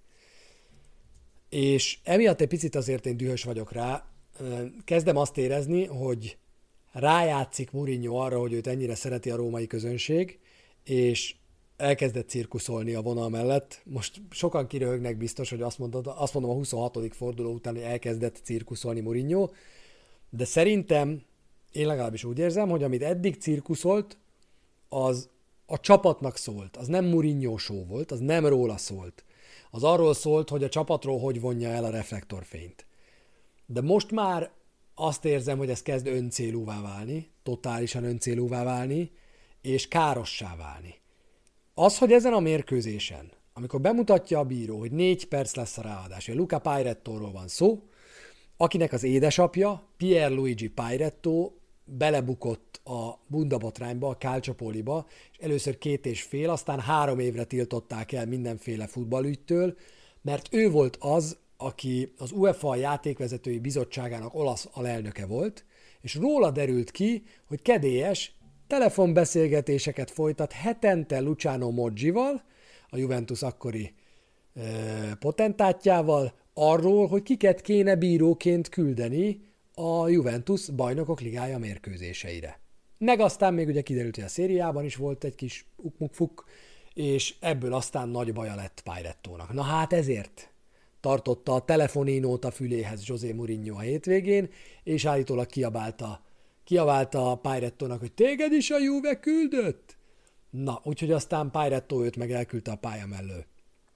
És emiatt egy picit azért én dühös vagyok rá, kezdem azt érezni, hogy rájátszik Mourinho arra, hogy őt ennyire szereti a római közönség, és elkezdett cirkuszolni a vonal mellett. Most sokan kiröhögnek biztos, hogy azt, mondod, azt mondom a huszonhatodik forduló után, hogy elkezdett cirkuszelni Mourinho, de szerintem én legalábbis úgy érzem, hogy amit eddig cirkuszolt, az a csapatnak szólt, az nem Mourinho show volt, az nem róla szólt. Az arról szólt, hogy a csapatról hogy vonja el a reflektorfényt. De most már azt érzem, hogy ez kezd öncélúvá válni, totálisan öncélúvá válni, és károssá válni. Az, hogy ezen a mérkőzésen, amikor bemutatja a bíró, hogy négy perc lesz a ráadás, hogy Luca Pairettóról van szó, akinek az édesapja, Pierluigi Pairetto belebukott a bundabotrányba, a Calciopoliba, és először két és fél, aztán három évre tiltották el mindenféle futballügytől, mert ő volt az, aki az UEFA játékvezetői bizottságának olasz alelnöke volt, és róla derült ki, hogy kedélyes telefonbeszélgetéseket folytat hetente Luciano Moggival, a Juventus akkori e, potentátjával, arról, hogy kiket kéne bíróként küldeni a Juventus bajnokok ligája mérkőzéseire. Meg aztán még ugye kiderült, hogy a szériában is volt egy kis ukmukfuk, és ebből aztán nagy baja lett Pairettónak. Na hát ezért tartotta a telefoninót a füléhez José Mourinho a hétvégén, és állítólag kiabálta, kiabálta Pairettónak, hogy téged is a Juve küldött? Na, úgyhogy aztán Pairetto őt meg elküldte a pálya mellől.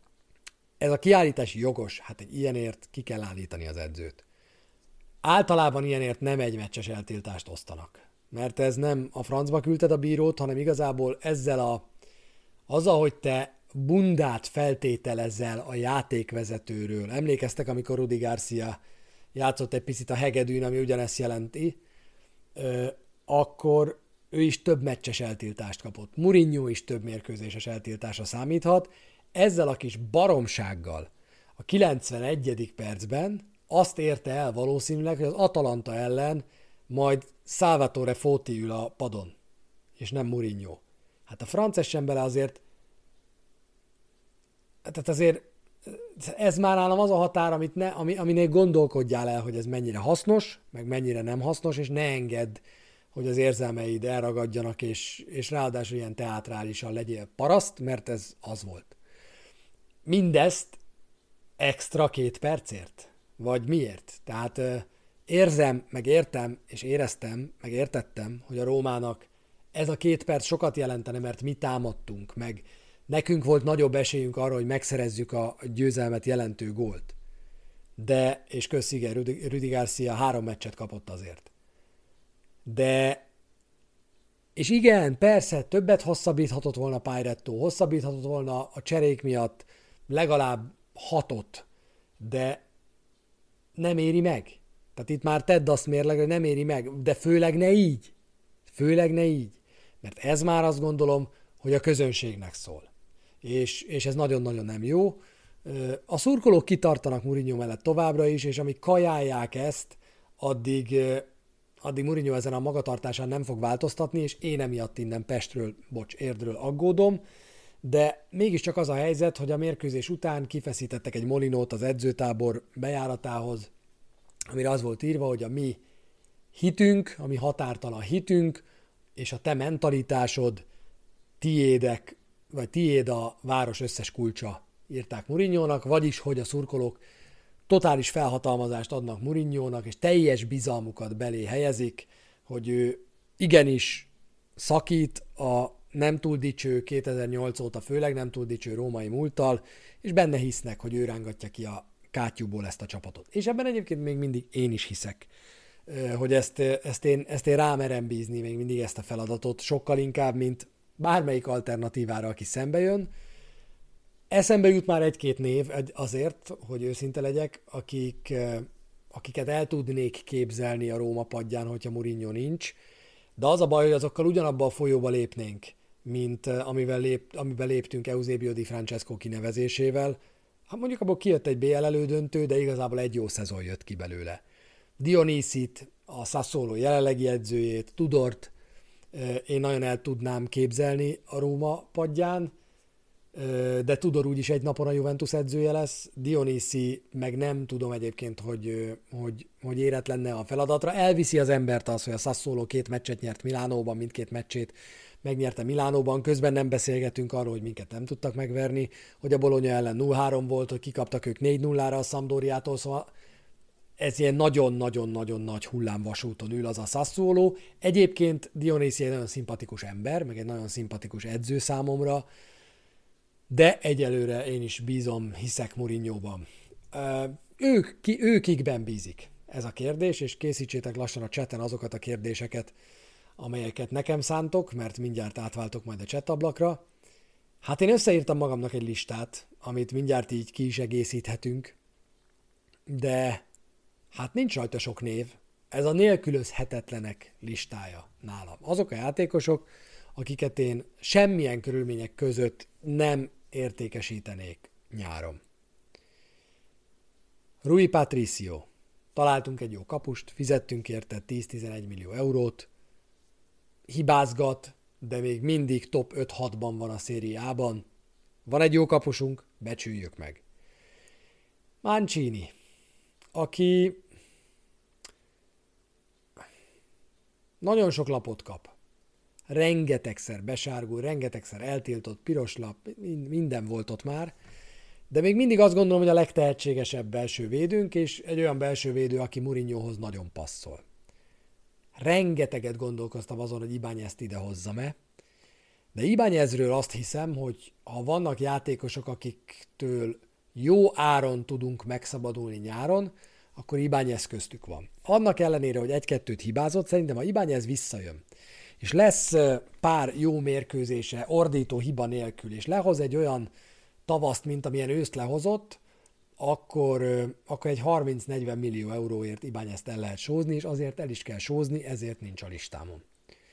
Ez a kiállítás jogos, hát egy ilyenért ki kell állítani az edzőt. Általában ilyenért nem egy meccses eltiltást osztanak, mert ez nem a francba küldted a bírót, hanem igazából ezzel a, azzal, hogy te bundát feltételezel a játékvezetőről. Emlékeztek, amikor Rudi Garcia játszott egy picit a hegedűn, ami ugyanezt jelenti, ö, akkor ő is több meccses eltiltást kapott. Mourinho is több mérkőzéses eltiltásra számíthat. ezzel a kis baromsággal a kilencvenegyedik percben azt érte el valószínűleg, hogy az Atalanta ellen majd Salvatore Foti ül a padon, és nem Mourinho. Hát a franc bele azért, tehát azért ez már nálam az a határ, amit ne, ami, aminél gondolkodjál el, hogy ez mennyire hasznos, meg mennyire nem hasznos, és ne engedd, hogy az érzelmeid elragadjanak, és, és ráadásul ilyen teátrálisan legyél paraszt, mert ez az volt. Mindezt extra két percért? Vagy miért? Tehát érzem, meg értem, és éreztem, meg értettem, hogy a Rómának ez a két perc sokat jelentene, mert mi támadtunk, meg nekünk volt nagyobb esélyünk arra, hogy megszerezzük a győzelmet jelentő gólt. De, és kösz, igen, Rüdi, Rüdi Garcia három meccset kapott azért. De, és igen, persze, többet hosszabbíthatott volna Pairetto, hosszabbíthatott volna a cserék miatt legalább hatot, de nem éri meg. Tehát itt már tedd azt mérlegre, hogy nem éri meg, de főleg ne így. Főleg ne így. Mert ez már azt gondolom, hogy a közönségnek szól. És, és ez nagyon-nagyon nem jó. A szurkolók kitartanak Mourinho mellett továbbra is, és amíg kajálják ezt, addig, addig Mourinho ezen a magatartásán nem fog változtatni, és én emiatt innen Pestről, bocs, Érdről aggódom, de mégiscsak az a helyzet, hogy a mérkőzés után kifeszítettek egy molinót az edzőtábor bejáratához, amire az volt írva, hogy a mi hitünk, a mi határtalan hitünk, és a te mentalitásod, tiédek, vagy tiéd a város összes kulcsa, írták Mourinhónak, vagyis, hogy a szurkolók totális felhatalmazást adnak Mourinhónak, és teljes bizalmukat belé helyezik, hogy ő igenis szakít a nem túl dicső kétezer-nyolc óta, főleg nem túl dicső római múlttal, és benne hisznek, hogy ő rángatja ki a kátyúból ezt a csapatot. És ebben egyébként még mindig én is hiszek, hogy ezt, ezt, én, ezt én rámerem bízni, még mindig ezt a feladatot, sokkal inkább, mint bármelyik alternatívára, aki szembe jön. Eszembe jut már egy-két név azért, hogy őszinte legyek, akik, akiket el tudnék képzelni a Róma padján, hogyha Mourinho nincs, de az a baj, hogy azokkal ugyanabba a folyóba lépnénk, mint amivel lép, amiben léptünk Eusebio Di Francesco kinevezésével. Hát mondjuk abból kijött egy bé el elődöntő, de igazából egy jó szezon jött ki belőle. Dionisit, a Sassuolo jelenlegi edzőjét, Tudort én nagyon el tudnám képzelni a Róma padján, de Tudor úgyis egy napon a Juventus edzője lesz, Dionisi meg nem tudom egyébként, hogy, hogy, hogy érett lenne a feladatra. Elviszi az embert az, hogy a Sassuolo két meccset nyert Milánóban, mindkét meccsét megnyerte Milánóban, közben nem beszélgetünk arról, hogy minket nem tudtak megverni, hogy a Bologna ellen nulla három volt, hogy kikaptak ők négy nullára a Sampdoriától, szóval ez ilyen nagyon-nagyon-nagyon nagy hullámvasúton ül az a Sassuolo. Egyébként Dionisi egy nagyon szimpatikus ember, meg egy nagyon szimpatikus edző számomra, de egyelőre én is bízom, hiszek Mourinhóban. Ők, ki, ő kikben bízik? Ez a kérdés, és készítsétek lassan a chaten azokat a kérdéseket, amelyeket nekem szántok, mert mindjárt átváltok majd a chat ablakra. Hát én összeírtam magamnak egy listát, amit mindjárt így ki is egészíthetünk, de hát nincs rajta sok név. Ez a nélkülözhetetlenek listája nálam. Azok a játékosok, akiket én semmilyen körülmények között nem értékesítenék nyáron. Rui Patricio. Találtunk egy jó kapust, fizettünk érte tíz-tizenegy millió eurót, hibázgat, de még mindig top öt-hatban van a szériában. Van egy jó kapusunk, becsüljük meg. Mancini, aki nagyon sok lapot kap. Rengetegszer besárgul, rengetegszer eltiltott, piros lap, minden volt ott már, de még mindig azt gondolom, hogy a legtehetségesebb belső védőnk, és egy olyan belső védő, aki Mourinhohoz nagyon passzol. Rengeteget gondolkoztam azon, hogy Ibáñezt ide hozzam-e, de Ibáñezről azt hiszem, hogy ha vannak játékosok, akiktől jó áron tudunk megszabadulni nyáron, akkor Ibáñez köztük van. Annak ellenére, hogy egy-kettőt hibázott, szerintem ha Ibáñez visszajön, és lesz pár jó mérkőzése ordító hiba nélkül, és lehoz egy olyan tavaszt, mint amilyen őszt lehozott, akkor, akkor egy harminc-negyven millió euróért Ibáñezt el lehet sózni, és azért el is kell sózni, ezért nincs a listámon.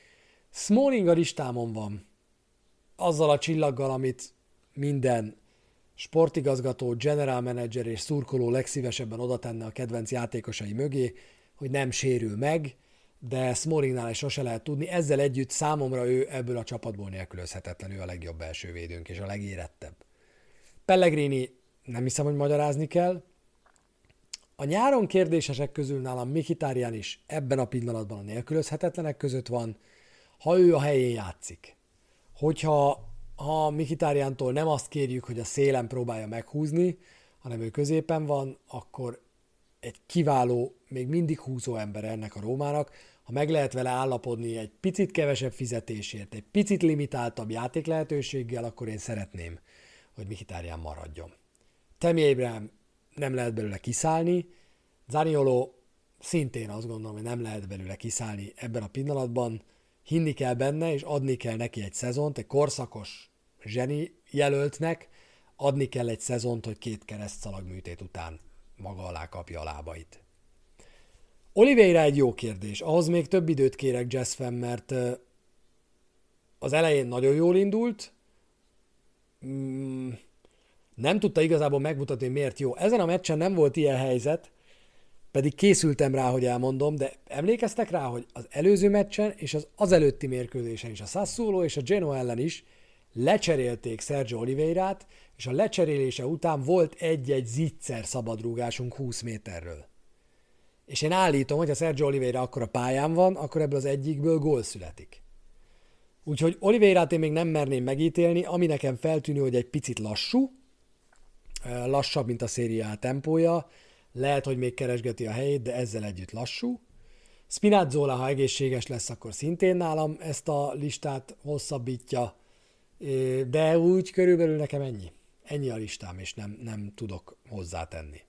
Smalling a listámon van, azzal a csillaggal, amit minden sportigazgató, general manager és szurkoló legszívesebben oda tenne a kedvenc játékosai mögé, hogy nem sérül meg, de Smallingnál is sose lehet tudni. Ezzel együtt számomra ő ebből a csapatból nélkülözhetetlen, ő a legjobb belső védőnk és a legérettebb. Pellegrini nem hiszem, hogy magyarázni kell. A nyáron kérdésesek közül nálam Mkhitaryan is ebben a pillanatban a nélkülözhetetlenek között van, ha ő a helyén játszik. Hogyha ha Mkhitarjantól nem azt kérjük, hogy a szélen próbálja meghúzni, hanem ő középen van, akkor egy kiváló, még mindig húzó ember ennek a Rómának. Ha meg lehet vele állapodni egy picit kevesebb fizetésért, egy picit limitáltabb játék lehetőséggel, akkor én szeretném, hogy Mkhitaryan maradjon. Tammy Abraham nem lehet belőle kiszállni, Zaniolo szintén azt gondolom, hogy nem lehet belőle kiszállni ebben a pillanatban, hinni kell benne, és adni kell neki egy szezont, egy korszakos zseni jelöltnek, adni kell egy szezont, hogy két keresztszalag műtét után maga alá kapja a lábait. Oliveira egy jó kérdés. Ahhoz még több időt kérek, Jazzfan, mert az elején nagyon jól indult, nem tudta igazából megmutatni, hogy miért jó. Ezen a meccsen nem volt ilyen helyzet, pedig készültem rá, hogy elmondom, de emlékeztek rá, hogy az előző meccsen és az azelőtti mérkőzésen is, a Sassuolo és a Genoa ellen is lecserélték Sergio Oliveirát, és a lecserélése után volt egy-egy zicser szabadrúgásunk húsz méterről. És én állítom, hogy ha Sergio Oliveira akkor a pályán van, akkor ebből az egyikből gól születik. Úgyhogy Oliveirát én még nem merném megítélni, ami nekem feltűnő, hogy egy picit lassú, lassabb, mint a Serie A tempója, lehet, hogy még keresgeti a helyét, de ezzel együtt lassú. Spinazzola, ha egészséges lesz, akkor szintén nálam ezt a listát hosszabbítja, de úgy körülbelül nekem ennyi. Ennyi a listám, és nem, nem tudok hozzátenni.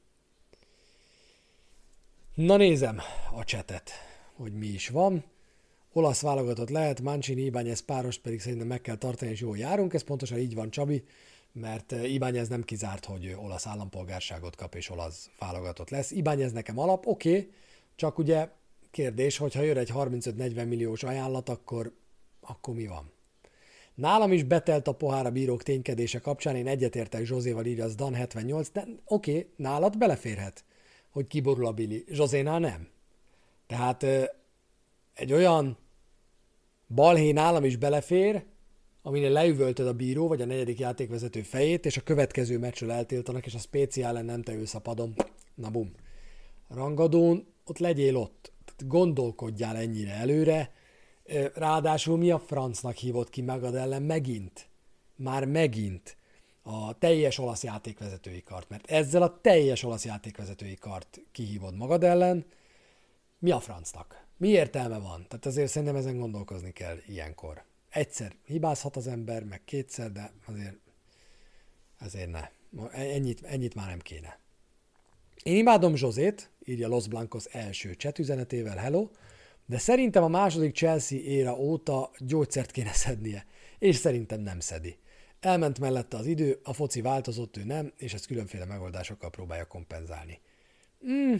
Na nézem a csetet, hogy mi is van. Olasz válogatott lehet, Mancini, Ibáñez párost pedig szerintem meg kell tartani, és jól járunk. Ez pontosan így van, Csabi, mert Ibáñez nem kizárt, hogy olasz állampolgárságot kap, és olasz válogatott lesz. Ibáñez nekem alap, oké, okay, csak ugye kérdés, hogyha jön egy harmincöt-negyven milliós ajánlat, akkor, akkor mi van? Nálam is betelt a pohár a bírók ténykedése kapcsán, én egyetértek Zsózéval, írja az Dan hetvennyolc, de oké, okay, nálad beleférhet, hogy kiborul a Billy, Zsózénál nem. Tehát egy olyan balhé nálam is belefér, aminél leüvöltöd a bíró, vagy a negyedik játékvezető fejét, és a következő meccsről eltiltanak, és a Spezia ellen nem te ülsz a padon. Na bum. Rangadón, ott legyél ott. Gondolkodjál ennyire előre. Ráadásul mi a francnak hívott ki magad ellen megint? Már megint a teljes olasz játékvezetői kart. Mert ezzel a teljes olasz játékvezetői kart kihívod magad ellen. Mi a francnak? Mi értelme van? Tehát azért szerintem ezen gondolkozni kell ilyenkor. Egyszer hibázhat az ember, meg kétszer, de azért, azért ne. Ennyit, ennyit már nem kéne. Én imádom Zsozét, írja Los Blancos első chat üzenetével, hello, de szerintem a második Chelsea éra óta gyógyszert kéne szednie, és szerintem nem szedi. Elment mellette az idő, a foci változott, ő nem, és ezt különféle megoldásokkal próbálja kompenzálni. Mm.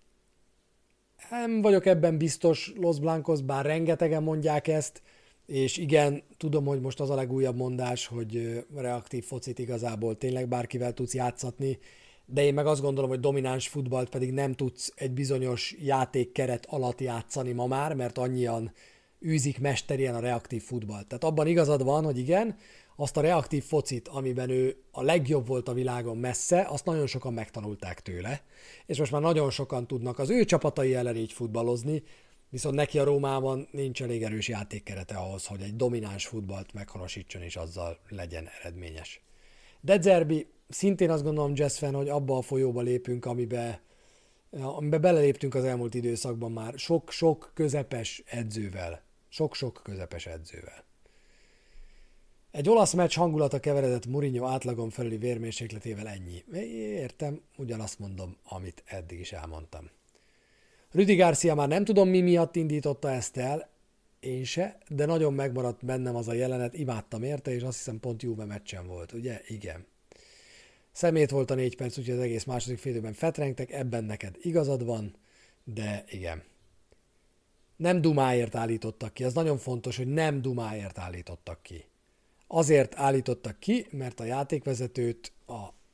Nem vagyok ebben biztos, Los Blancos, bár rengetegen mondják ezt, és igen, tudom, hogy most az a legújabb mondás, hogy reaktív focit igazából tényleg bárkivel tudsz játszatni, de én meg azt gondolom, hogy domináns futballt pedig nem tudsz egy bizonyos játékkeret alatt játszani ma már, mert annyian űzik mesterien a reaktív futballt. Tehát abban igazad van, hogy igen, azt a reaktív focit, amiben ő a legjobb volt a világon messze, azt nagyon sokan megtanulták tőle, és most már nagyon sokan tudnak az ő csapatai ellen így futballozni, viszont neki a Rómában nincs elég erős játékkerete ahhoz, hogy egy domináns futballt meghonosítson, és azzal legyen eredményes. De Zerbi, szintén azt gondolom, Jazzfan, hogy abba a folyóba lépünk, amibe, amibe beleléptünk az elmúlt időszakban már sok-sok közepes edzővel. Sok-sok közepes edzővel. Egy olasz meccs hangulata keveredett Mourinho átlagon felüli vérmérsékletével, ennyi. Értem, ugyanazt mondom, amit eddig is elmondtam. Rüdi Garcia már nem tudom mi miatt indította ezt el, én se, de nagyon megmaradt bennem az a jelenet, imádtam érte, és azt hiszem pont Juve meccsen volt, ugye? Igen. Szemét volt a négy perc, úgyhogy az egész második félidőben fetrengtek, ebben neked igazad van, de igen. Nem dumáért állítottak ki, ez nagyon fontos, hogy nem dumáért állítottak ki. Azért állítottak ki, mert a játékvezetőt a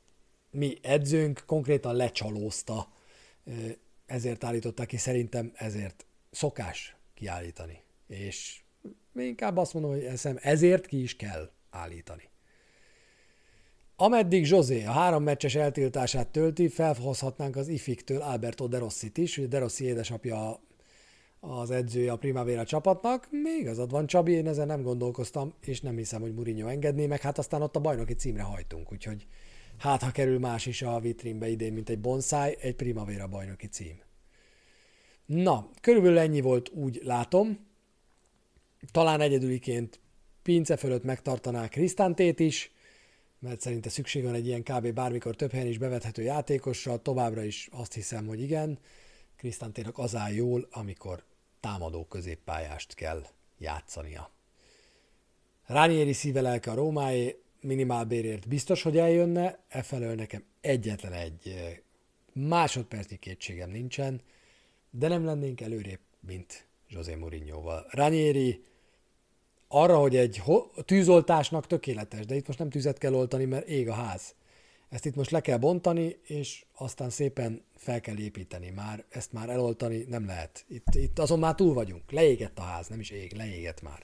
mi edzőnk konkrétan lecsalózta, ezért állították ki, szerintem ezért szokás kiállítani. És inkább azt mondom, hogy ezért ki is kell állítani. Ameddig José a három meccses eltiltását tölti, felhozhatnánk az ifiktől Alberto De Rossit is, hogy De Rossi édesapja az edzője a Primavera csapatnak. Még igazad van, Csabi, én ezen nem gondolkoztam, és nem hiszem, hogy Mourinho engedné, meg hát aztán ott a bajnoki címre hajtunk, úgyhogy hát ha kerül más is a vitrínbe idén, mint egy bonsai, egy Primavera bajnoki cím. Na, körülbelül ennyi volt, úgy látom. Talán egyedüliként pince fölött megtartaná Cristantét is, mert szerinte szükség van egy ilyen kb. Bármikor több helyen is bevethető játékosra, továbbra is azt hiszem, hogy igen. Cristanténak az áll jól, amikor támadó középpályást kell játszania. Ranieri szíve lelke a Rómáé, minimálbérért biztos, hogy eljönne, e felől nekem egyetlen egy másodpercnyi kétségem nincsen, de nem lennénk előrébb, mint José Mourinhoval. Ranieri arra, hogy egy tűzoltásnak tökéletes, de itt most nem tüzet kell oltani, mert ég a ház. Ezt itt most le kell bontani, és aztán szépen fel kell építeni. Már ezt már eloltani nem lehet. Itt, itt azon már túl vagyunk. Leégett a ház, nem is ég, leégett már.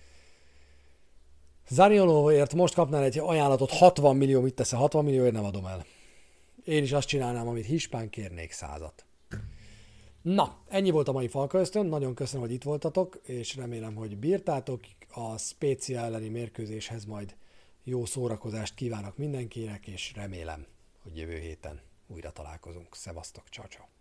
Zaniolóért most kapnál egy ajánlatot, hatvan millió, mit teszel? hatvan millióért nem adom el. Én is azt csinálnám, amit hispán, kérnék százat. Na, ennyi volt a mai Falka Ösztön, nagyon köszönöm, hogy itt voltatok, és remélem, hogy bírtátok. A Spezia elleni mérkőzéshez majd jó szórakozást kívánok mindenkinek, és remélem, hogy jövő héten újra találkozunk. Szevasztok, ciao, ciao.